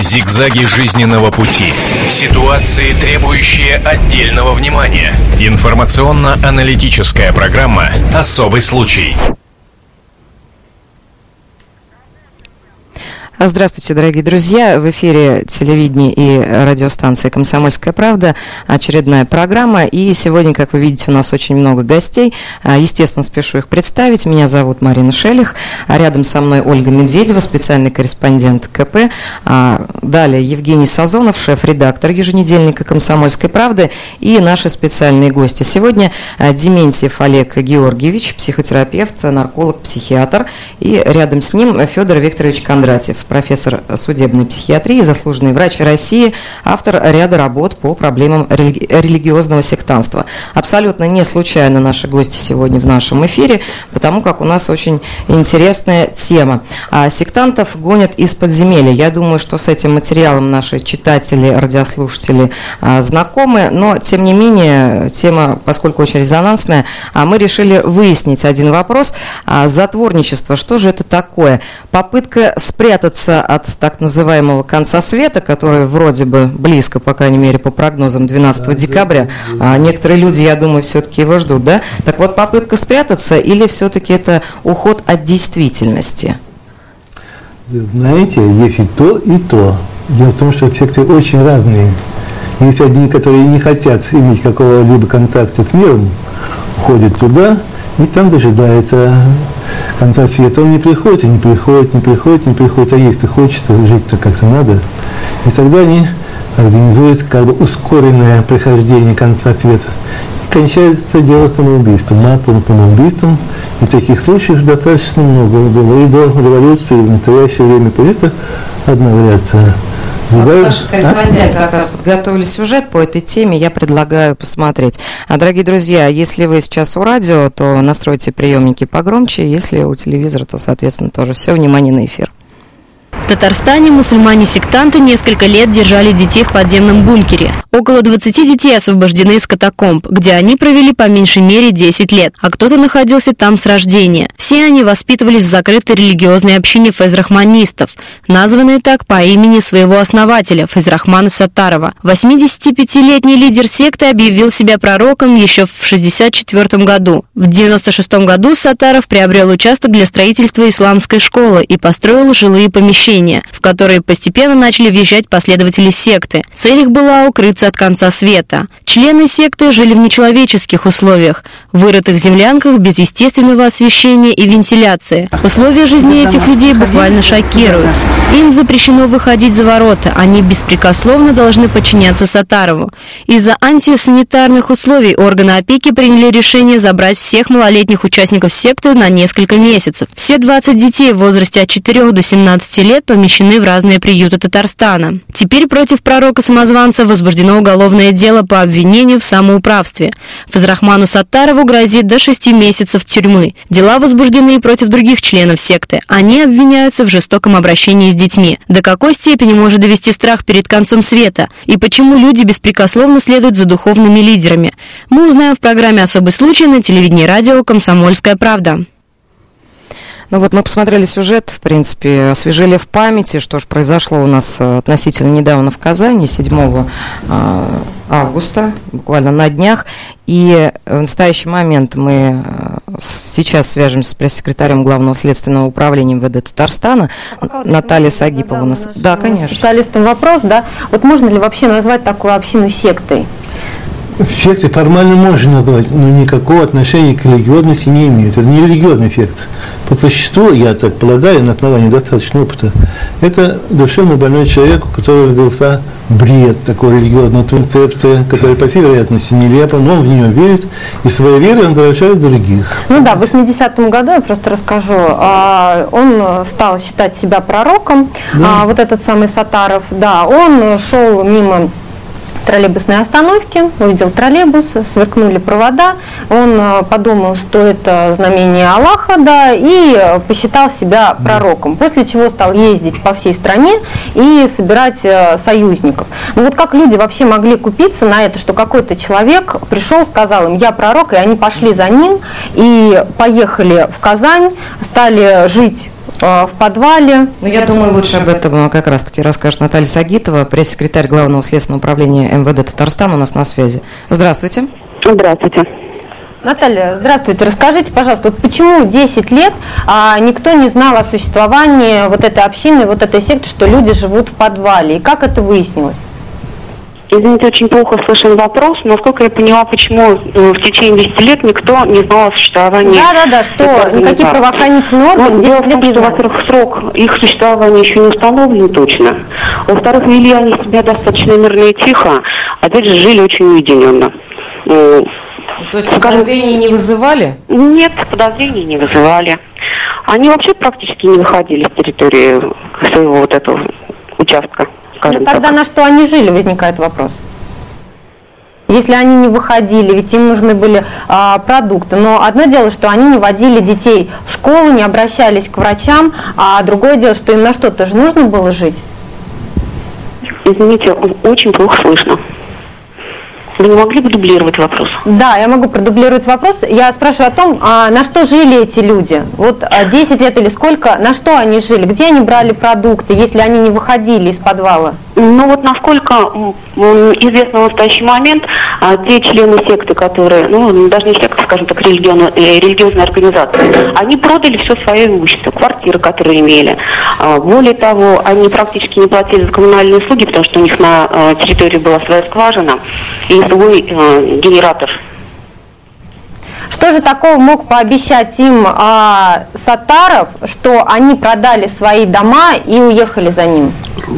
Зигзаги жизненного пути. Ситуации, требующие отдельного внимания. Информационно-аналитическая программа «Особый случай». Здравствуйте, дорогие друзья! В эфире телевидения и радиостанции «Комсомольская правда». Очередная программа. И сегодня, как вы видите, у нас очень много гостей. Естественно, спешу их представить. Меня зовут Марина Шелих. Рядом со мной Ольга Медведева, специальный корреспондент КП. Далее Евгений Сазонов, шеф-редактор еженедельника «Комсомольской правды». И наши специальные гости. Сегодня Дементьев Олег Георгиевич, психотерапевт, нарколог, психиатр. И рядом с ним Федор Викторович Кондратьев, профессор судебной психиатрии, заслуженный врач России, автор ряда работ по проблемам религиозного сектантства. Абсолютно не случайно наши гости сегодня в нашем эфире, потому как у нас очень интересная тема. Сектантов гонят из подземелья. Я думаю, что с этим материалом наши читатели, радиослушатели знакомы, но, тем не менее, тема, поскольку очень резонансная, мы решили выяснить один вопрос. Затворничество, что же это такое? Попытка спрятаться от так называемого конца света, который вроде бы близко, по крайней мере, по прогнозам 12 декабря. Некоторые люди, я думаю, все-таки его ждут, да? Так вот, попытка спрятаться или все-таки это уход от действительности? Знаете, есть и то, и то. Дело в том, что эффекты очень разные. Есть одни, которые не хотят иметь какого-либо контакта с миром, уходят туда и там дожидаются конца света. Он не приходит, и не приходит, не приходит, не приходит, а есть-то хочется, жить-то как-то надо. И тогда они организуют как бы ускоренное прохождение конца света. И кончается дело самоубийством, массовым самоубийством. И таких случаев достаточно много было и до революции, и в настоящее время. Это одна вариация. Наши корреспонденты как раз подготовили сюжет по этой теме, я предлагаю посмотреть. Дорогие друзья, если вы сейчас у радио, то настройте приемники погромче, если у телевизора, то, соответственно, тоже. Все, внимание на эфир. В Татарстане мусульмане-сектанты несколько лет держали детей в подземном бункере. Около 20 детей освобождены из катакомб, где они провели по меньшей мере 10 лет, а кто-то находился там с рождения. Все они воспитывались в закрытой религиозной общине фейзрахманистов, названной так по имени своего основателя, Фейзрахмана Саттарова. 85-летний лидер секты объявил себя пророком еще в 1964 году. В 1996 году Саттаров приобрел участок для строительства исламской школы и построил жилые помещения, в которые постепенно начали въезжать последователи секты. Цель их была укрыться от конца света. Члены секты жили в нечеловеческих условиях, в вырытых землянках без естественного освещения и вентиляции. Условия жизни этих людей буквально шокируют. Им запрещено выходить за ворота, они беспрекословно должны подчиняться Саттарову. Из-за антисанитарных условий органы опеки приняли решение забрать всех малолетних участников секты на несколько месяцев. Все 20 детей в возрасте от 4 до 17 лет помещены в разные приюты Татарстана. Теперь против пророка-самозванца возбуждено уголовное дело по обвинению в самоуправстве. Фейзрахману Саттарову грозит до 6 месяцев тюрьмы. Дела возбуждены и против других членов секты. Они обвиняются в жестоком обращении с детьми. До какой степени может довести страх перед концом света? И почему люди беспрекословно следуют за духовными лидерами? Мы узнаем в программе «Особый случай» на телевидении и радио «Комсомольская правда». Ну вот мы посмотрели сюжет, в принципе, освежили в памяти, что же произошло у нас относительно недавно в Казани, 7 августа, буквально на днях. И в настоящий момент мы сейчас свяжемся с пресс-секретарем Главного следственного управления МВД Татарстана, Натальей Сагиповой у нас. Да, конечно. Специалистам вопрос, да. Вот можно ли вообще назвать такую общину сектой? Секты формально можно назвать, но никакого отношения к религиозности не имеет. Это не религиозный эффект. По существу, я так полагаю, на основании достаточного опыта, это душевно больной человек, у которого родился бред такой религиозной концепции, которая, по всей вероятности, нелепа, но он в нее верит, и своей верой он заражает других. Ну да, в 80-м году, я просто расскажу, он стал считать себя пророком, да. Вот этот самый Саттаров, да, он шел мимо троллейбусной остановки, увидел троллейбус, сверкнули провода, он подумал, что это знамение Аллаха, да, и посчитал себя пророком, после чего стал ездить по всей стране и собирать союзников. Ну вот как люди вообще могли купиться на это, что какой-то человек пришел, сказал им: я пророк, и они пошли за ним и поехали в Казань, стали жить в подвале. Ну, я думаю, лучше об этом как раз-таки расскажет Наталья Сагитова, пресс-секретарь Главного следственного управления МВД Татарстана у нас на связи. Здравствуйте. Здравствуйте. Наталья, здравствуйте. Расскажите, пожалуйста, вот почему 10 лет никто не знал о существовании вот этой общины, вот этой секты, что люди живут в подвале, и как это выяснилось? Извините, очень плохо слышен вопрос. Насколько я поняла, почему в течение 10 лет никто не знал о существовании... Да, что никакие правоохранительные органы 10 лет не знали. Во-первых, срок их существования еще не установлен точно. Во-вторых, вели они себя достаточно мирно и тихо. Опять же, жили очень уединенно. То есть подозрений не вызывали? Нет, подозрений не вызывали. Они вообще практически не выходили с территории своего вот этого участка. Ну тогда на что они жили, возникает вопрос. Если они не выходили, ведь им нужны были продукты. Но одно дело, что они не водили детей в школу, не обращались к врачам, а другое дело, что им на что-то же нужно было жить. Извините, очень плохо слышно. Вы не могли бы дублировать вопрос? Да, я могу продублировать вопрос. Я спрашиваю о том, на что жили эти люди? Вот 10 лет или сколько, на что они жили? Где они брали продукты, если они не выходили из подвала? Ну вот насколько известно в настоящий момент, те члены секты, которые, ну даже не секты, скажем так, религиозные организации, они продали все свое имущество, квартиры, которые имели. Более того, они практически не платили за коммунальные услуги, потому что у них на территории была своя скважина и свой генератор. Что же такого мог пообещать им Саттаров, что они продали свои дома и уехали за ним?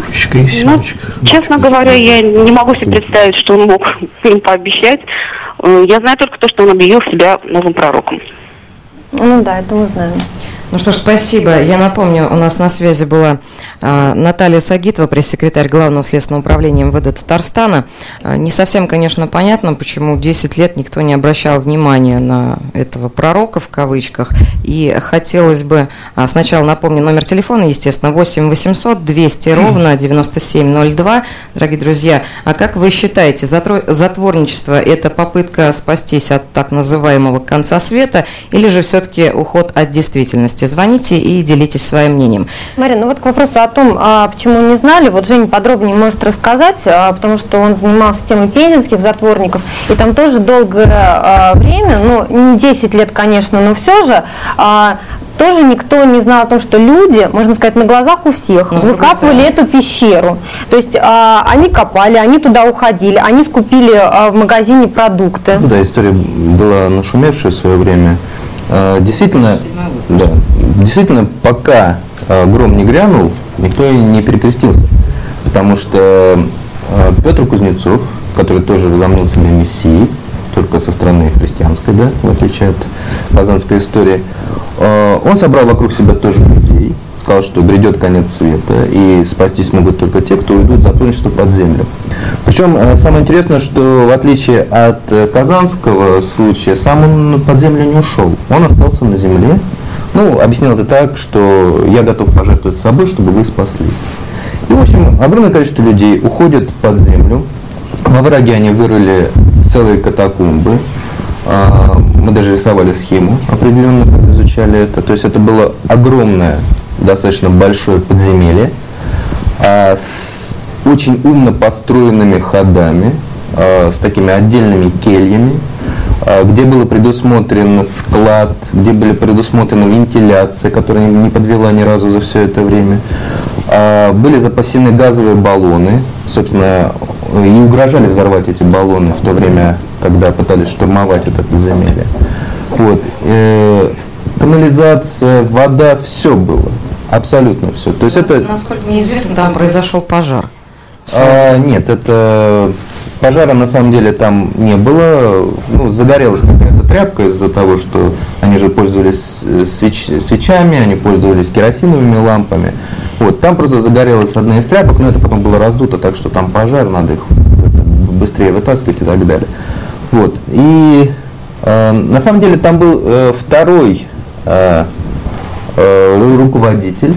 Честно говоря, я не могу себе представить, что он мог им пообещать. Я знаю только то, что он объявил себя новым пророком. Ну да, это мы знаем. Ну что ж, спасибо. Я напомню, у нас на связи была Наталья Сагитова, пресс-секретарь Главного следственного управления МВД Татарстана. Не совсем, конечно, понятно, почему 10 лет никто не обращал внимания на этого пророка, в кавычках. И хотелось бы сначала напомнить номер телефона, естественно, 8 800 200 ровно 9702. Дорогие друзья, а как вы считаете, затворничество – это попытка спастись от так называемого конца света или же все-таки уход от действительности? Звоните и делитесь своим мнением. Марина, ну вот к вопросу о том, почему не знали, вот Женя подробнее может рассказать, потому что он занимался темой пензенских затворников, и там тоже долгое время, ну не 10 лет, конечно, но все же, тоже никто не знал о том, что люди, можно сказать, на глазах у всех выкапывали эту пещеру. То есть они копали, они туда уходили, они скупили в магазине продукты. Ну, да, история была нашумевшая в свое время. Действительно, пока гром не грянул, никто и не перекрестился. Потому что Петр Кузнецов, который тоже возомнил себя мессией, только со стороны христианской, да, в отличие от казанской истории, он собрал вокруг себя тоже людей, сказал, что грядет конец света, и спастись могут только те, кто уйдут в затворничество под землю. Причем самое интересное, что в отличие от казанского случая, сам он под землю не ушел, он остался на земле. Ну, объяснил это так, что я готов пожертвовать собой, чтобы вы спаслись. И, в общем, огромное количество людей уходит под землю. Во враге они вырыли целые катакомбы. Мы даже рисовали схему определенно, изучали это. То есть это было огромное, достаточно большое подземелье с очень умно построенными ходами, с такими отдельными кельями, где было предусмотрен склад, где были предусмотрены вентиляция, которая не подвела ни разу за все это время. Были запасены газовые баллоны, собственно, и угрожали взорвать эти баллоны в то время, когда пытались штурмовать это подземелье. Вот. Канализация, вода, все было, абсолютно все. То есть это... Насколько мне известно, там произошел пожар. Нет, это пожара на самом деле там не было. Ну, загорелась какая-то тряпка из-за того, что они же пользовались свечами, они пользовались керосиновыми лампами. Вот, там просто загорелась одна из тряпок, но это потом было раздуто, так что там пожар, надо их быстрее вытаскивать и так далее. Вот. И на самом деле там был второй руководитель,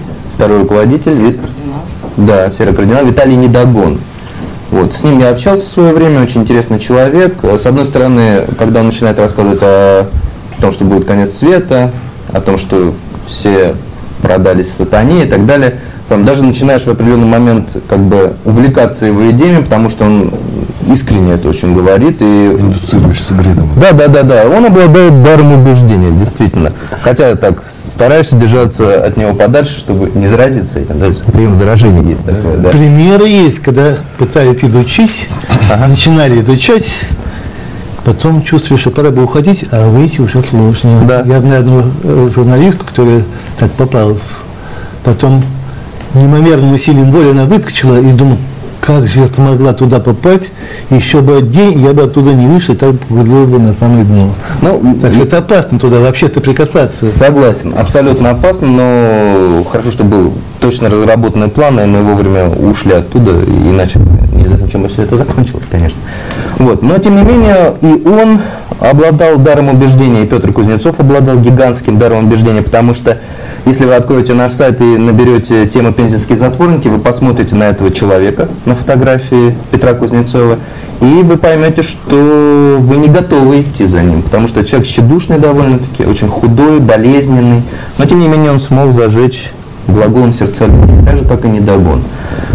да, серый кардинал Виталий Недогон. Вот, с ним я общался в свое время, очень интересный человек. С одной стороны, когда он начинает рассказывать о том, что будет конец света, о том, что все продались сатане и так далее. Там даже начинаешь в определенный момент как бы увлекаться его идеями, потому что он искренне это очень говорит. И... Индуцируешься бредом. Да. Он обладает даром убеждения, действительно. Хотя так стараешься держаться от него подальше, чтобы не заразиться этим. Да? Прием заражения есть такое. Да? Примеры есть, когда пытались изучить, начинали изучать, потом чувствуешь, что пора бы уходить, а выйти уже сложно. Да. Я знаю одну журналистку, которая так попала, потом неимоверным усилием воли она выскочила и думала, как же я смогла туда попасть, еще бы день, я бы оттуда не вышел, и так погрузилась бы на самое дно. Ну, так что это опасно туда вообще-то прикасаться. Согласен, абсолютно опасно, но хорошо, что был точно разработанный план, и мы вовремя ушли оттуда, иначе неизвестно, чем бы все это закончилось, конечно. Вот. Но, тем не менее, и он обладал даром убеждения, и Петр Кузнецов обладал гигантским даром убеждения, потому что, если вы откроете наш сайт и наберете тему «Пензенские затворники», вы посмотрите на этого человека, на фотографии Петра Кузнецова, и вы поймете, что вы не готовы идти за ним, потому что человек тщедушный довольно-таки, очень худой, болезненный, но, тем не менее, он смог зажечь глаголом сердца людей, так же, как и Недогон.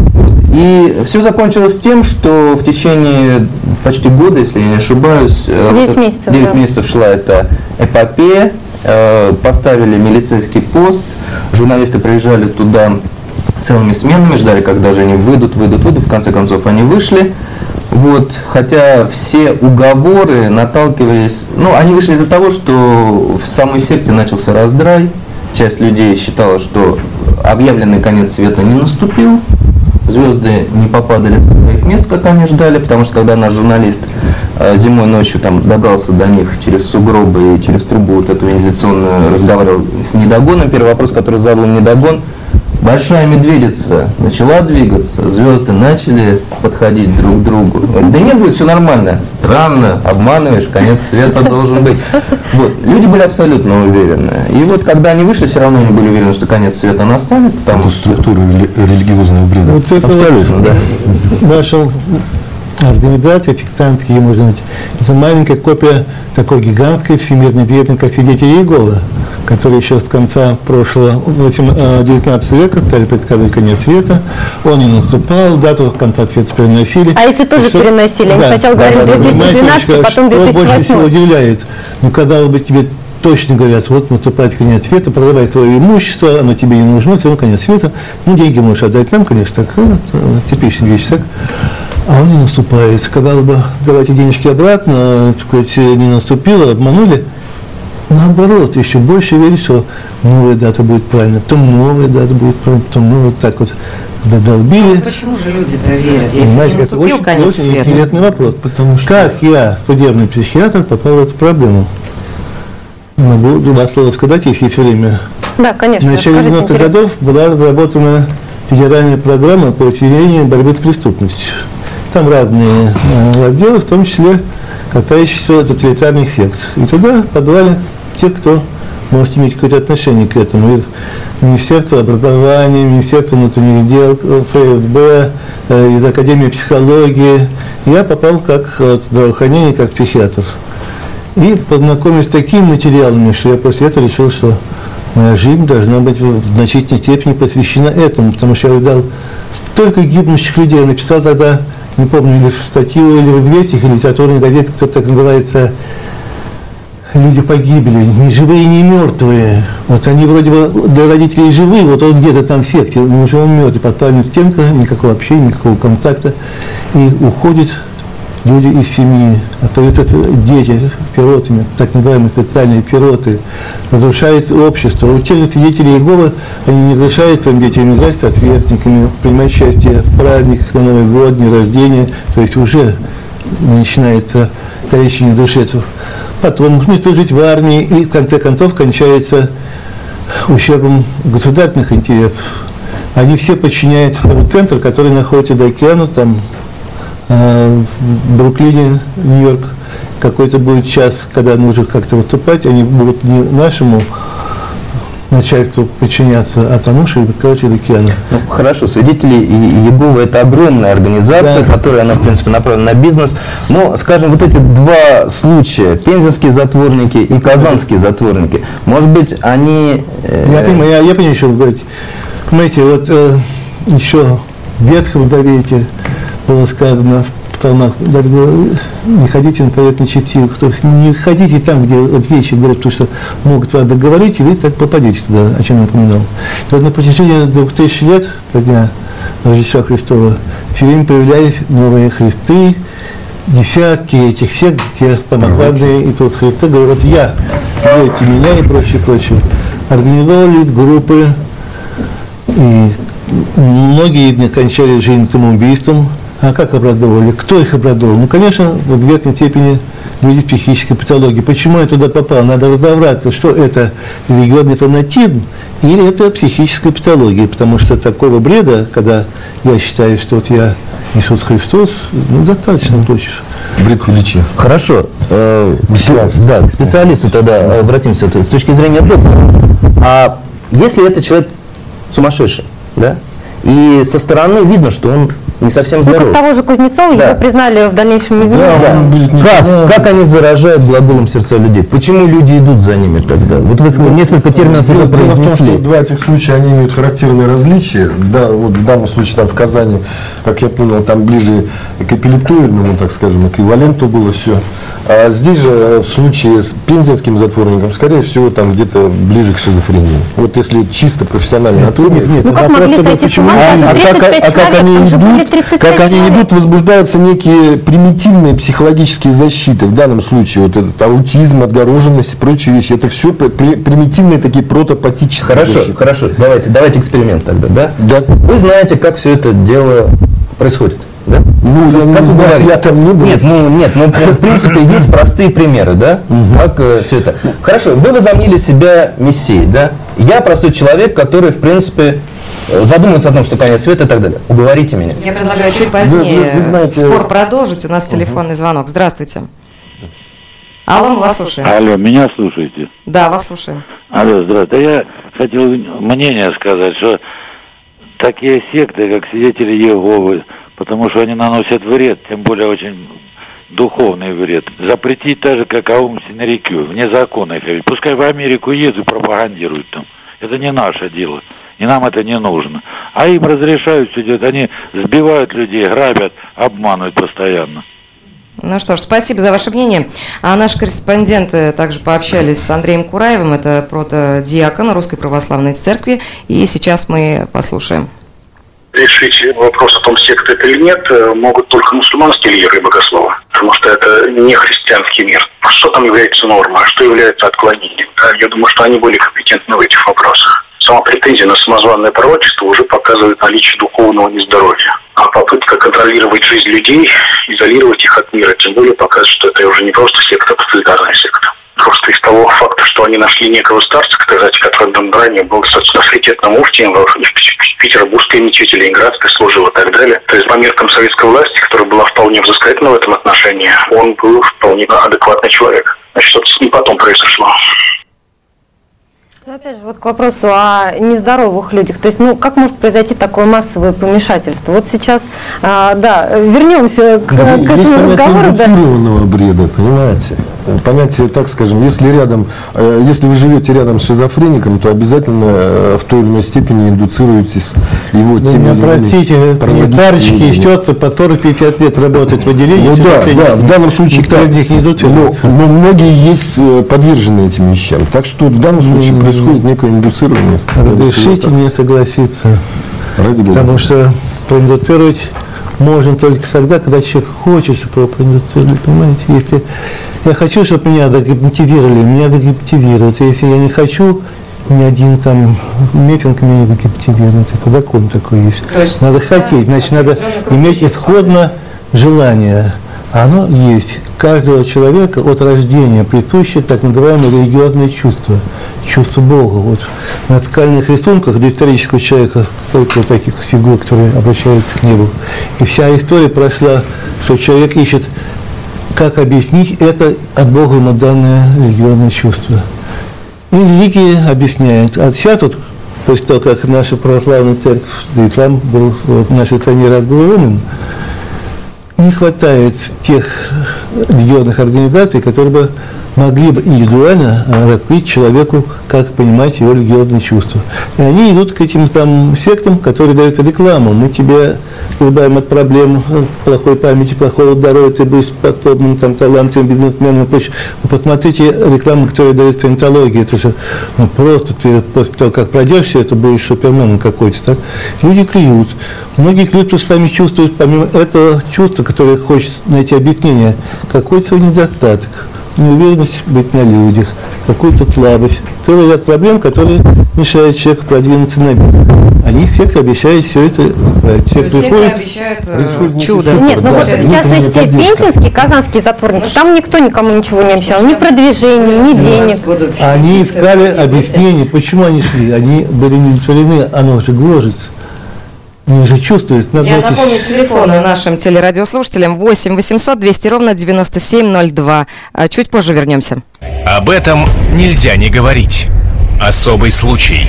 И все закончилось тем, что в течение почти года, если я не ошибаюсь, 9 месяцев шла эта эпопея, поставили милицейский пост, журналисты приезжали туда целыми сменами, ждали, когда же они выйдут, в конце концов они вышли. Вот, хотя все уговоры наталкивались, они вышли из-за того, что в самой секте начался раздрай, часть людей считала, что объявленный конец света не наступил, звезды не попадали со своих мест, как они ждали, потому что когда наш журналист зимой ночью добрался до них через сугробы и через трубу вот эту вентиляционную, разговаривал с Недогоном, первый вопрос, который задал Недогон: большая медведица начала двигаться, звезды начали подходить друг к другу. Да нет, будет все нормально. Странно, обманываешь, конец света должен быть. Вот. Люди были абсолютно уверены. И вот когда они вышли, все равно они были уверены, что конец света настанет. Это структура религиозного бреда. Вот это абсолютно, вот, да. Наша организация, фиктантские, можно сказать, это маленькая копия такой гигантской всемирной ведомости, как свидетели Иеговы, которые еще с конца прошлого 19 века стали предсказывать конец света. Он не наступал, дату конца света переносили. А эти тоже переносили. Они сначала говорили 2012, потом 2008. Что больше всего удивляет, казалось бы, тебе точно говорят, вот наступает конец света, продавай твое имущество, оно тебе не нужно, все равно конец света. Деньги можешь отдать нам, конечно, так, типичная вещь, так. А он не наступает. Казалось бы, давайте денежки обратно, так сказать, не наступило, обманули. Наоборот, еще больше верить, что новая дата будет правильно, потом новая дата будет правильно, потом новая, вот так вот додолбили. Почему же люди-то верят, если понимаете, не наступил это конец очень света? интересный вопрос. Потому что как я, судебный психиатр, попал в эту проблему? Могу два слова сказать, если есть время. Да, конечно. В начале 90-х годов была разработана федеральная программа по усилению борьбы с преступностью. Там разные отделы, в том числе касающиеся тоталитарных сект. И туда подавали те, кто может иметь какое-то отношение к этому. Из Министерства образования, Министерства внутренних дел, ФСБ, из Академии психологии. Я попал как здравоохранение, как психиатр. И познакомился с такими материалами, что я после этого решил, что моя жизнь должна быть в значительной степени посвящена этому, потому что я увидал столько гибнущих людей. Я написал тогда, не помню, или в статью, или в «Вестях», или в литературной газете, кто-то так называется, люди погибли, ни живые, ни мертвые. Вот они вроде бы для родителей живые, вот он где-то там в секте, но уже он мертвый, поставлена стенка, никакого общения, никакого контакта, и уходят люди из семьи, остаются дети сиротами, так называемые социальные сироты, разрушает общество. У тех же свидетелей Иеговы, они не разрешают своим детям играть с ответниками, принимать участие в праздниках на Новый год, дни рождения, то есть уже начинается количество души. Потом нужно служить в армии, и в конце концов кончается ущербом государственных интересов. Они все подчиняются тому центру, который находится до океана, там в Бруклине, Нью-Йорк, какой-то будет час, когда нужно как-то выступать, они будут не нашему начальству подчиняться, а тому, что, короче, океана. Ну, хорошо, свидетели Иеговы – это огромная организация, Да. которая, она, в принципе, направлена на бизнес. Но, скажем, вот эти два случая, пензенские затворники и казанские затворники, может быть, они… Я понимаю, что вы говорите. Понимаете, вот еще в Ветхом Завете было сказано в псалмах, не ходите на совет нечестивых, то есть не ходите там, где вот вещи говорят, потому что могут вас договорить, и вы так попадете туда, о чем я упоминал. И вот на протяжении 2000 лет, со дня Рождества Христова, все время появлялись новые Христы, десятки этих сект, те самокладные, и тот Христа говорит, вот я, верьте меня и прочее, прочее. Организовали группы, и многие кончали жизнь самоубийством. А как обрадовали? Кто их обрадовал? Ну, конечно, в верхней степени люди с психической патологией. Почему я туда попал? Надо разобраться, что это религиозный фанатизм или это психическая патология. Потому что такого бреда, когда я считаю, что вот я Иисус Христос, ну, достаточно точно. Бред величия. Хорошо. Да, к специалисту тогда обратимся. С точки зрения доктора. А если этот человек сумасшедший, да, и со стороны видно, что он не совсем здоров. Ну, как того же Кузнецова, Да. его признали в дальнейшем невиновным. Как они заражают глаголом сердца людей? Почему люди идут за ними тогда? Вот вы несколько терминов уже Дело в том, произнесли. что два этих случая, они имеют характерные различия. Да, вот в данном случае там в Казани, как я понял, там ближе к эпилептоидному, так скажем, эквиваленту было все. А здесь же в случае с пензенским затворником, скорее всего, там где-то ближе к шизофрении. Вот если чисто профессионально оценивать. Ну, как могли сойти с ума, сразу 35 человек, там же были 35 как они человек. идут, возбуждаются некие примитивные психологические защиты. В данном случае вот этот аутизм, отгороженность и прочие вещи. Это все примитивные такие протопатические защиты. Хорошо. Давайте эксперимент тогда, да? Да. Вы знаете, как все это дело происходит, да? Ну, я Как не вы знаю, говорите? я там не был. Нет, в принципе, есть простые примеры, да? Как все это. Хорошо, вы возомнили себя мессией, да? Я простой человек, который, в принципе, задумывается о том, что конец света и так далее. Уговорите меня. Я предлагаю чуть позднее Вы знаете, спор продолжить. У нас телефонный звонок. Здравствуйте. Алло, мы вас слушаем. Алло, меня слушаете? Да, вас слушаем. Алло, здравствуйте. Я хотел мнение сказать, что такие секты, как свидетели Иеговы, потому что они наносят вред, тем более очень духовный вред. Запретить так же, как Аум Синерикю, вне закона их. Пускай в Америку едут и пропагандируют там. Это не наше дело. И нам это не нужно. А им разрешают все делать. Они сбивают людей, грабят, обманывают постоянно. Ну что ж, спасибо за ваше мнение. А наши корреспонденты также пообщались с Андреем Кураевым, это протодиакон Русской Православной Церкви, и сейчас мы послушаем. Решить вопрос о том, секта это или нет, могут только мусульманские лидеры и богословы, потому что это не христианский мир. Что там является нормой, а что является отклонением? Я думаю, что они более компетентны в этих вопросах. Сама претензия на самозванное пророчество уже показывает наличие духовного нездоровья. А попытка контролировать жизнь людей, изолировать их от мира, тем более показывает, что это уже не просто секта, а тоталитарная секта. Просто из того факта, что они нашли некого старца, который ранее был достаточно авторитетным муфтием в Петербургской мечети, Ленинградской служил и так далее. То есть по меркам советской власти, которая была вполне взыскательна в этом отношении, он был вполне адекватный человек. Значит, что-то с ним потом произошло. Ну, опять же, вот к вопросу о нездоровых людях. То есть, ну, как может произойти такое массовое помешательство? Вот сейчас, вернемся к Есть этому понятие разговору. индуцированного бреда, понимаете? Понятие, так скажем, если вы живете рядом с шизофреником, то обязательно в той или иной степени индуцируетесь его теми или иными Простите, санитарочки и сестры по 40-50 лет работают в отделении. Ну да, в данном случае никто из них не индуцируется. но многие есть подвержены этим вещам. Так что в данном случае происходит некое индуцирование. Разрешите мне согласиться. Ради Бога. Потому что проиндуцировать можно только тогда, когда человек хочет, чтобы его проиндуцировали, понимаете? Если я хочу, чтобы меня догипнотизировали, меня догипнотизируют. Если я не хочу, ни один там митинг меня не догипнотизирует. Это закон такой есть. То есть надо хотеть, значит, надо иметь исходно желание. Оно есть. Каждого человека от рождения присуще так называемое религиозное чувство. Чувство Бога. Вот на скальных рисунках доисторического человека столько вот таких фигур, которые обращаются к небу. И вся история прошла, что человек ищет, как объяснить это от Бога ему данное религиозное чувство. И И религии объясняют. А сейчас вот, после того, как наша православная церковь, ислам был в нашей стране разгромлен, не хватает тех религиозных организаций, которые бы могли бы индивидуально раскрыть человеку, как понимать его религиозные чувства. И они идут к этим там сектам, которые дают рекламу. Мы тебя избавим от проблем плохой памяти, плохого здоровья, ты будешь способным, там, талантливым бизнесменом и прочее. Вы посмотрите рекламу, которую дает саентология. Это же просто ты после того, как пройдешь все это, будешь суперменом какой-то. Так? Люди клюют. Многие клюют, что сами чувствуют, помимо этого чувства, которое хочет найти объяснение, какой-то свой недостаток. Неуверенность быть на людях, какую-то слабость, целый ряд проблем, которые мешают человеку продвинуться на мир. Они эффект обещают все это исправить. Человек приходит, обещают чудо. Нет, ну вот в частности Пензенский, Казанский затворники, там никто никому ничего не обещал, ни продвижения, ни денег. Они искали объяснение, почему они шли, они были не удовлетворены, оно же гложет. Они же чувствуют. Я напомню телефоны нашим телерадиослушателям 8 800 200 ровно 9702. Чуть позже вернемся. Об этом нельзя не говорить. Особый случай.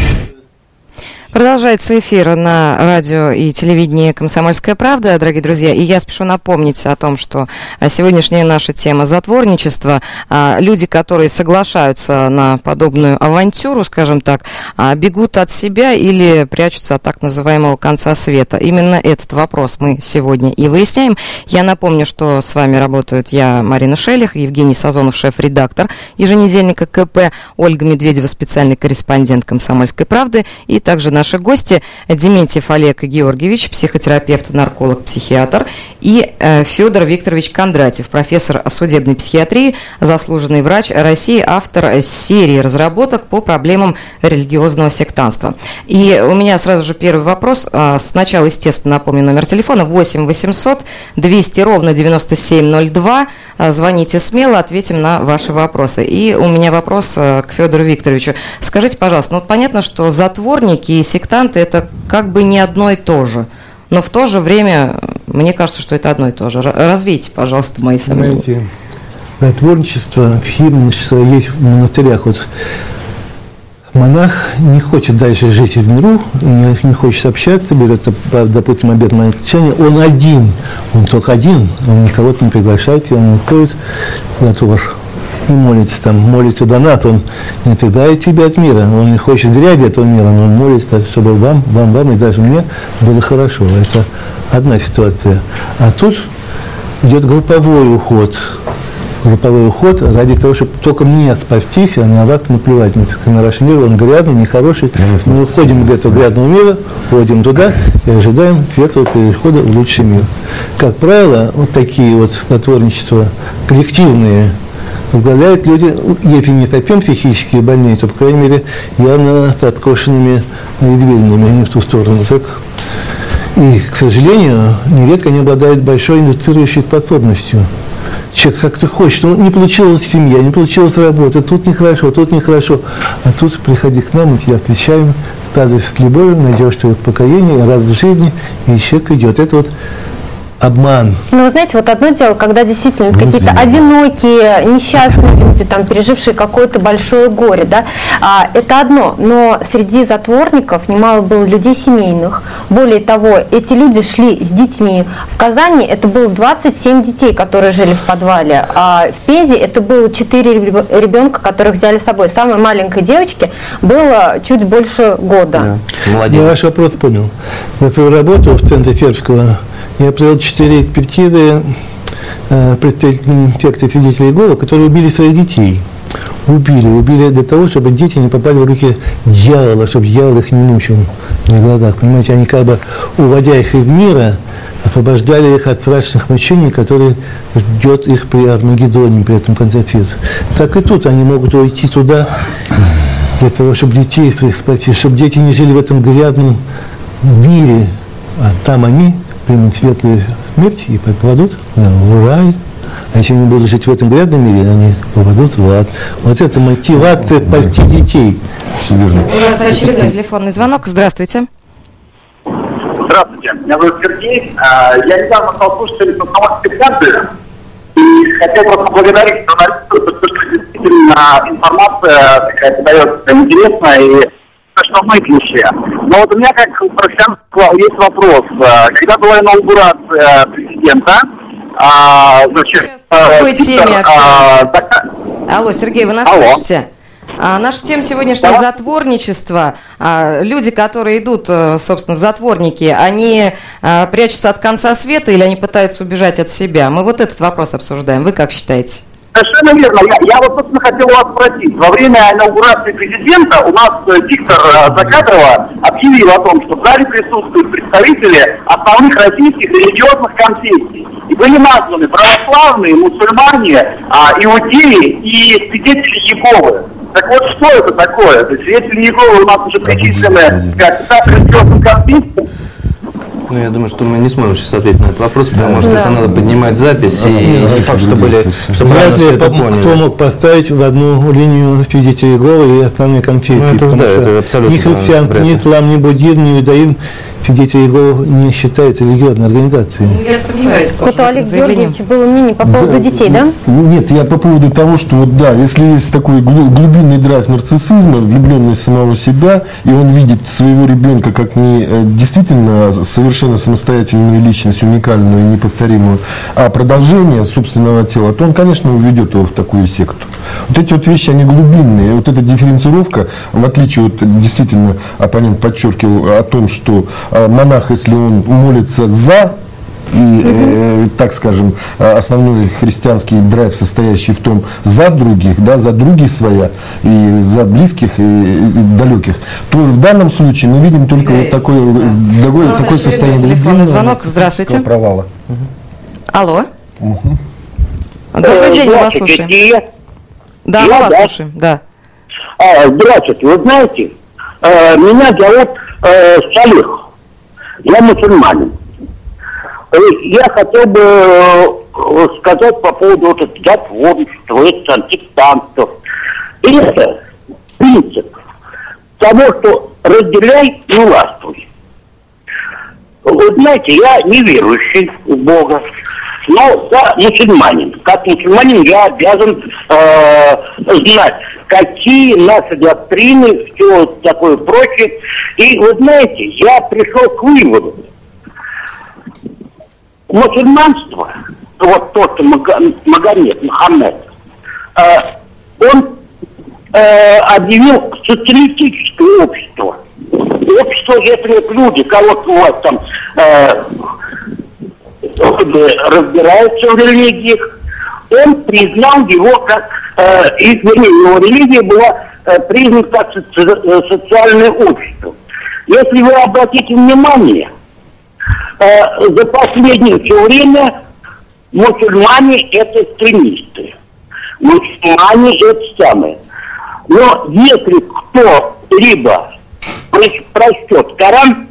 Продолжается эфир на радио и телевидении «Комсомольская правда», дорогие друзья. И я спешу напомнить о том, что сегодняшняя наша тема затворничество. Люди, которые соглашаются на подобную авантюру, скажем так, бегут от себя или прячутся от так называемого конца света. Именно этот вопрос мы сегодня и выясняем. Я напомню, что с вами работают я, Марина Шелих, Евгений Сазонов, шеф-редактор еженедельника КП, Ольга Медведева, специальный корреспондент «Комсомольской правды», и также наши гости Дементьев Олег Георгиевич, психотерапевт, нарколог, психиатр, и Федор Викторович Кондратьев, профессор судебной психиатрии, заслуженный врач России, автор серии разработок по проблемам религиозного сектантства. И у меня сразу же первый вопрос. Сначала, естественно, напомню номер телефона 8 800 200 ровно 9702. Звоните смело, ответим на ваши вопросы. И у меня вопрос к Федору Викторовичу. Скажите, пожалуйста, ну понятно, что затворники и сектанты – это как бы не одно и то же. Но в то же время, мне кажется, что это одно и то же. Развейте, пожалуйста, мои сомнения. Знаете, затворничество, химничество есть в монастырях. Вот монах не хочет дальше жить в миру, не хочет общаться, берет, допустим, обет молчания. Он один, он только один, он никого не приглашает, и он уходит в затвор. И молится там, молится донат, он не отъедает тебя от мира, он не хочет грязи этого мира, но он молится, чтобы вам и даже мне было хорошо. Это одна ситуация. А тут идет групповой уход ради того, чтобы только мне спастись, а на вас наплевать. На ваш мир, он грязный, нехороший. Мы уходим из этого грязного мира, входим туда и ожидаем светлого перехода в лучший мир. Как правило, вот такие вот затворничества коллективные возглавляют люди, если не совсем психические больные, то, по крайней мере, явно с откошенными извилинами, не в ту сторону. Так? И, к сожалению, нередко они обладают большой индуцирующей способностью. Человек как-то хочет, но не получилась семья, не получилась работа, тут нехорошо, а тут приходи к нам, мы тебя встречаем, радуйся с любовью, найдешь твое успокоение, радость в жизни, и человек идет. Это вот обман. Ну, вы знаете, вот одно дело, когда действительно какие-то одинокие, несчастные люди, там, пережившие какое-то большое горе, да, это одно. Но среди затворников немало было людей семейных. Более того, эти люди шли с детьми. В Казани это было 27 детей, которые жили в подвале. А в Пензе это было 4 ребенка, которых взяли с собой. Самой маленькой девочке было чуть больше года. Да. Молодец. Я ваш вопрос понял. Я свою работу в центре Ферского я провел 4 экспертизы представителям секты свидетелей Иеговы, которые убили своих детей. Убили для того, чтобы дети не попали в руки дьявола, чтобы дьявол их не мучил на глазах. Понимаете, они как бы, уводя их из мира, освобождали их от страшных мучений, которые ждет их при Армагеддоне, при этом конце света. Так и тут они могут уйти туда для того, чтобы детей своих спасти, чтобы дети не жили в этом грязном мире, а там они примут светлую смерть и попадут в рай. А если они будут жить в этом грязном мире, они попадут в ад. Вот это мотивация спасти детей. У нас очередной телефонный звонок. Здравствуйте. Здравствуйте. Меня зовут Сергей. Я недавно стал слушателем «Комсомольской правды» и хотел просто поблагодарить журналистов за то, что действительно действительно информация такая подается интересная и основной клише. Но вот у меня как профессионал есть вопрос. Когда была инаугурация президента, значит... По какой теме Алло, Сергей, вы нас слышите? Наша тема сегодняшняя затворничество. Люди, которые идут, собственно, в затворники, они прячутся от конца света или они пытаются убежать от себя? Мы вот этот вопрос обсуждаем. Вы как считаете? Совершенно верно. Я вот, собственно, хотел вас спросить. Во время инаугурации президента у нас диктор Закадрова объявил о том, что в зале присутствуют представители основных российских религиозных конфессий. И были названы православные, мусульмане, иудеи и свидетели Иеговы. Так вот, что это такое? То есть свидетели Иеговы у нас уже причислены как религиозным конфессиям. Ну, я думаю, что мы не сможем сейчас ответить на этот вопрос, потому что это надо поднимать запись, и не факт, что были, что правильно все это поняли. Кто мог поставить в одну линию свидетелей Иеговы и основные конфессии? Ну, это абсолютно ни христиан, ни ислам, ни буддизм, ни иудаизм свидетели Иеговы не считаются религиозной организацией. Я сомневаюсь. Вот у Олега Георгиевича было мнение по поводу детей, да? Нет, я по поводу того, что вот да, если есть такой глубинный драйв нарциссизма, влюбленность в самого себя, и он видит своего ребенка как не действительно совершенно самостоятельную личность, уникальную и неповторимую, а продолжение собственного тела, то он, конечно, уведет его в такую секту. Вот эти вот вещи, они глубинные. Вот эта дифференцировка, в отличие от, действительно, оппонент подчеркивал о том, что монах, если он молится за, и, так скажем, основной христианский драйв, состоящий в том, за других, да, за другие своя, и за близких, и далеких, то в данном случае мы видим только вот такое состояние телефонный звонок. Здравствуйте. Провала. Алло. Добрый день, мы вас слушаем. Да, мы вас слушаем, да. Здравствуйте, вы знаете, меня зовут Салих, я мусульманин. Я хотел бы сказать по поводу вот этого затворничества, антикстанцев. Это принцип того, что разделяй и властвуй. Вы знаете, я не верующий в Бога, но я мусульманин. Как мусульманин я обязан знать, какие наши доктрины, все такое прочее. И вы знаете, я пришел к выводу. Мусульманство, вот тот Мухаммед, он объявил социалистическое общество. Общество, если люди, кого-то у вас там разбираются в религиях, он признал его как, его религия была признана как социальное общество. Если вы обратите внимание, за последнее все время мусульмане это экстремисты. Мусульмане это самое. Но если кто-либо прочтет Коран,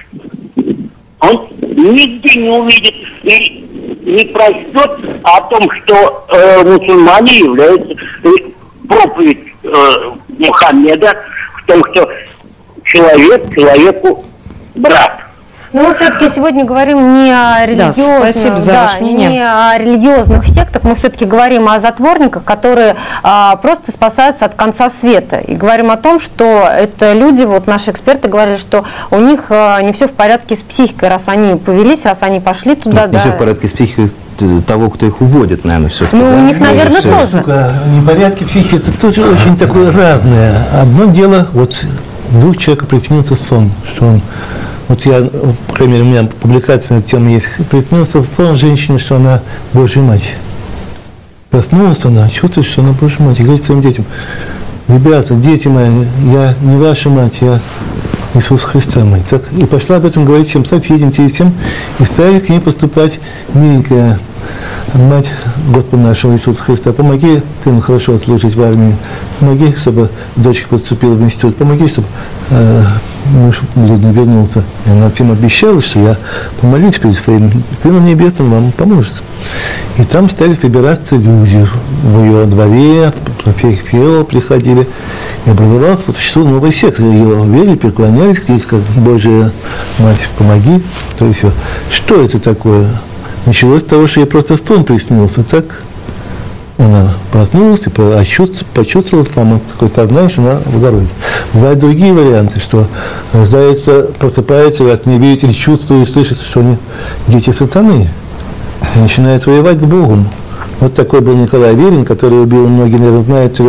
он нигде не увидит и не прочтет о том, что мусульмане являются проповедь Мухаммеда в том, что человек человеку брат. Но мы все-таки сегодня говорим не о религиозных, не о религиозных сектах, мы все-таки говорим о затворниках, которые просто спасаются от конца света. И говорим о том, что это люди, вот наши эксперты говорили, что у них не все в порядке с психикой, раз они повелись, раз они пошли туда. Не все в порядке с психикой того, кто их уводит, наверное, все-таки. Ну, у них, наверное, тоже. Непорядки психики, это тоже очень такое разное. Одно дело, вот двух человек приснился сон, что он... Вот я, по крайней мере, у меня публикация на эту тему есть. Приснился сон женщине, что она Божья мать. Проснулась она, чувствует, что она Божья мать. И говорит своим детям: ребята, дети мои, я не ваша мать, я Иисус Христа мать. Так, и пошла об этом говорить всем соседям, всем, и стали к ней поступать: миленькая мать Господа нашего Иисуса Христа, помоги сыну хорошо служить в армии, помоги, чтобы дочка поступила в институт, помоги, чтобы муж блудный вернулся. И она всем обещала, что я помолюсь перед своим Сыном Небесным, вам поможет. И там стали собираться люди в ее дворе, со всех сел приходили, и образовалась по существу новая секта. Ее верили, преклонялись к ней, как Божья Мать, помоги, то и все. Что это такое? Началось с того, что ей просто сон приснился, так? она проснулась и почувствовала там какой-то знаешь, она Богородица. Бывают другие варианты, что рождается, просыпается, от не видит или чувствует, слышит, что они дети сатаны. И начинают воевать с Богом. Вот такой был Николай Верин, который убил, многие, наверное, знают,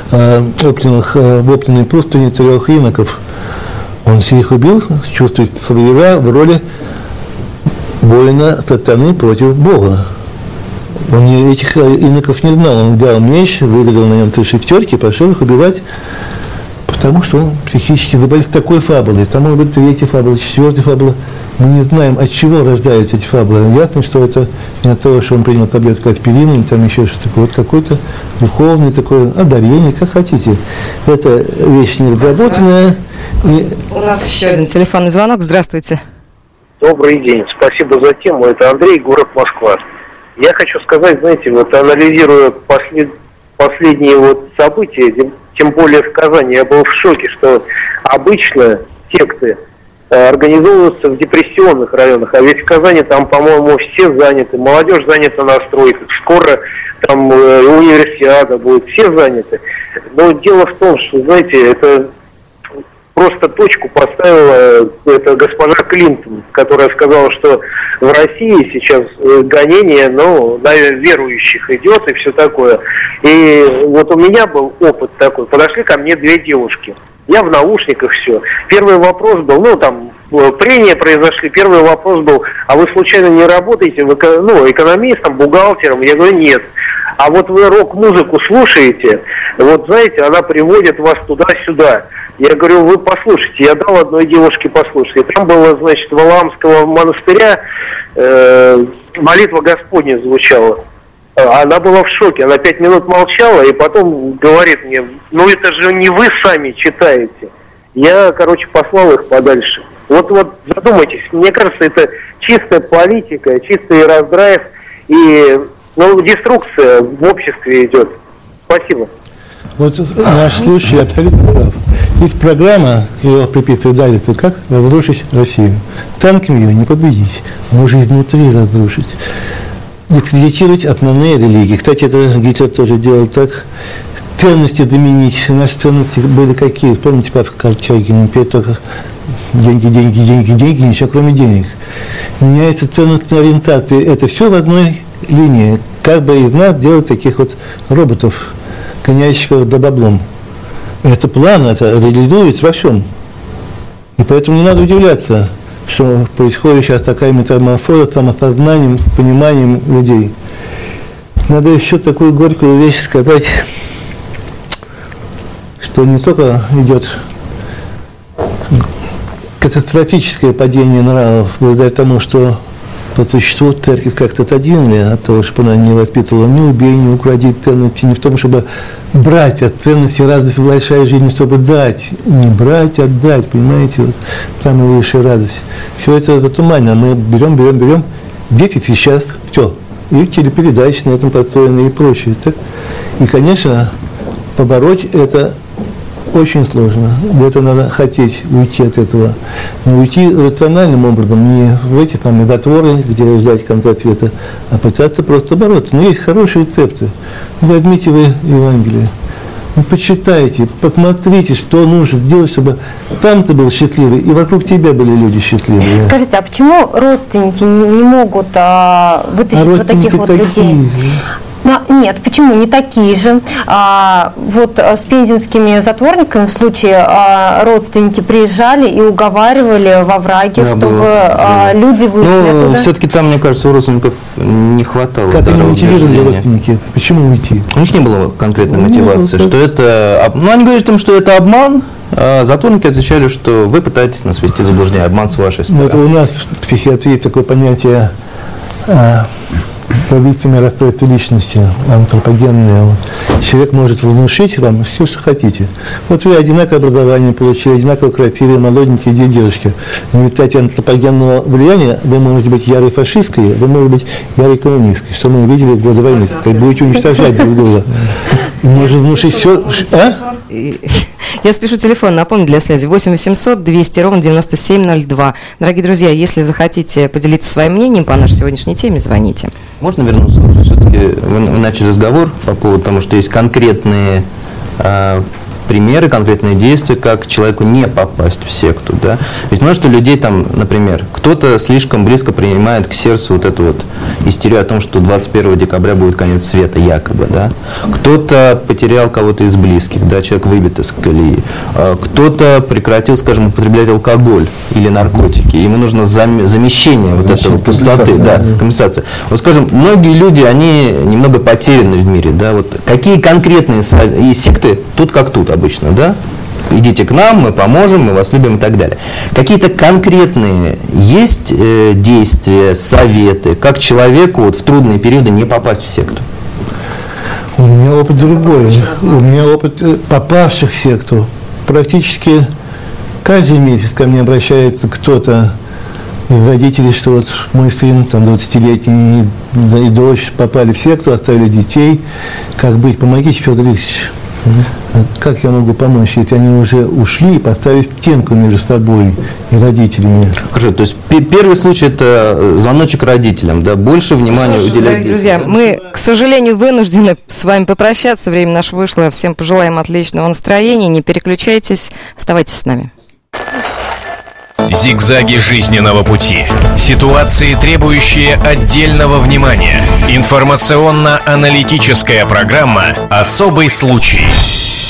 в Оптиной пустыне 3 иноков. Он всех убил, чувствует себя в роли воина сатаны против Бога. Он этих иноков не знал, он взял меч, выиграл на нем 3 шестерки, пошел их убивать, потому что он психически заболел такой фабулой. Там может быть 3 фабулы, 4 фабула. Мы не знаем, от чего рождаются эти фабулы. Ясно, что это не от того, что он принял таблетку аспирина или там еще что-то такое. Вот какое-то духовное такое одарение, как хотите. Это вещь неразработанная. У нас еще один телефонный звонок. Здравствуйте. Добрый день. Спасибо за тему. Это Андрей, город Москва. Я хочу сказать, знаете, вот анализируя последние вот события, тем более в Казани, я был в шоке, что обычно секты организовываются в депрессионных районах, а ведь в Казани там, по-моему, все заняты, молодежь занята на стройках, скоро там универсиада будет, все заняты. Но дело в том, что, знаете, это просто точку поставила эта госпожа Клинтон, которая сказала, что в России сейчас гонение, на верующих идет и все такое. И вот у меня был опыт такой, подошли ко мне 2 девушки. Я в наушниках, все. Первый вопрос был, прения произошли, первый вопрос был, а вы случайно не работаете экономистом, бухгалтером? Я говорю, нет. А вот вы рок-музыку слушаете, вот знаете, она приводит вас туда-сюда. Я говорю, вы послушайте, я дал одной девушке послушать. И там было, значит, Валаамского монастыря молитва Господня звучала. Она была в шоке, она 5 минут молчала и потом говорит мне, это же не вы сами читаете. Я, послал их подальше. Вот задумайтесь, мне кажется, это чистая политика, чистый раздрайв и деструкция в обществе идет. Спасибо. Вот наш слушатель абсолютно прав. Есть программа, ее приписывает Далицу, как разрушить Россию. Танком ее не победить, можно изнутри разрушить. Дискредитировать основные религии. Кстати, это Гитлер тоже делал так. Ценности заменить. Наши ценности были какие? Вспомните Павла Корчагина, опять только деньги, ничего кроме денег. Меняется ценностная ориентация. Это все в одной линии. Как бы из нас делать таких вот роботов, гонящих за баблом. Это план, это реализуется во всем. И поэтому не надо удивляться, что происходит сейчас такая метаморфоза самосознанием, с пониманием людей. Надо еще такую горькую вещь сказать, что не только идет катастрофическое падение нравов благодаря тому, что по существу церковь как-то отодвинули от того, чтобы она не воспитывала ни убей, ни укради ценности, не в том, чтобы брать от ценности, радость большая жизнь, чтобы дать, не брать, отдать, понимаете, вот самая высшая радость. Все это затуманено, мы берем, веки сейчас, все, и телепередачи на этом построены и прочее. Так? И, конечно, побороть это очень сложно. Для этого надо хотеть уйти от этого. Но уйти рациональным образом, не в эти там затворы, где ждать конца света, а пытаться просто бороться. Но есть хорошие рецепты. Возьмите вы Евангелие, почитайте, посмотрите, что нужно сделать, чтобы там ты был счастливый, и вокруг тебя были люди счастливые. Скажите, а почему родственники не могут вытащить вот таких вот людей? Нет, почему не такие же? Вот с пензенскими затворниками в случае родственники приезжали и уговаривали во враге, чтобы люди вышли оттуда. Все-таки там, мне кажется, у родственников не хватало. Как они мотивировали родственники? Почему уйти? У них не было конкретной мотивации, что это... они говорят, что это обман. Затворники отвечали, что вы пытаетесь нас ввести в заблуждение, обман с вашей стороны. Это у нас в психиатрии такое понятие поведенческое расстройство личности, антропогенное. Человек может внушить вам все, что хотите. Вот вы одинаковое образование получили, одинаково красивые, молоденькие девушки. Но в результате антропогенного влияния вы можете быть ярой фашисткой, вы можете быть ярой коммунисткой, что мы увидели в годы войны. Вы будете уничтожать друг друга. И можно внушить все. Я спешу телефон напомнить для связи 8 800 200 ровно 9702. Дорогие друзья, если захотите поделиться своим мнением по нашей сегодняшней теме, звоните. Можно вернуться? Все-таки вы начали разговор по поводу того, что есть конкретные примеры, конкретные действия, как человеку не попасть в секту, да? Ведь может у людей там, например, кто-то слишком близко принимает к сердцу вот эту вот истерию о том, что 21 декабря будет конец света, якобы, да? Кто-то потерял кого-то из близких, да, человек выбит из колеи. Кто-то прекратил, скажем, употреблять алкоголь или наркотики, ему нужно замещение вот этой пустоты, да, компенсация. Вот, скажем, многие люди, они немного потеряны в мире, да, вот какие конкретные секты, тут как тут обычно, да, идите к нам, мы поможем, мы вас любим и так далее. Какие-то конкретные есть действия, советы, как человеку вот в трудные периоды не попасть в секту? У меня опыт другой. У меня опыт попавших в секту. Практически каждый месяц ко мне обращается кто-то из родителей, что вот мой сын, там, 20-летний и дочь попали в секту, оставили детей. Как быть? Помогите, Федор Ильич. Как я могу помочь, если они уже ушли и поставили стенку между собой и родителями? Хорошо, то есть первый случай – это звоночек родителям, да, больше внимания уделять детям. Друзья, мы, к сожалению, вынуждены с вами попрощаться, время наше вышло, всем пожелаем отличного настроения, не переключайтесь, оставайтесь с нами. Зигзаги жизненного пути. Ситуации, требующие отдельного внимания. Информационно-аналитическая программа «Особый случай».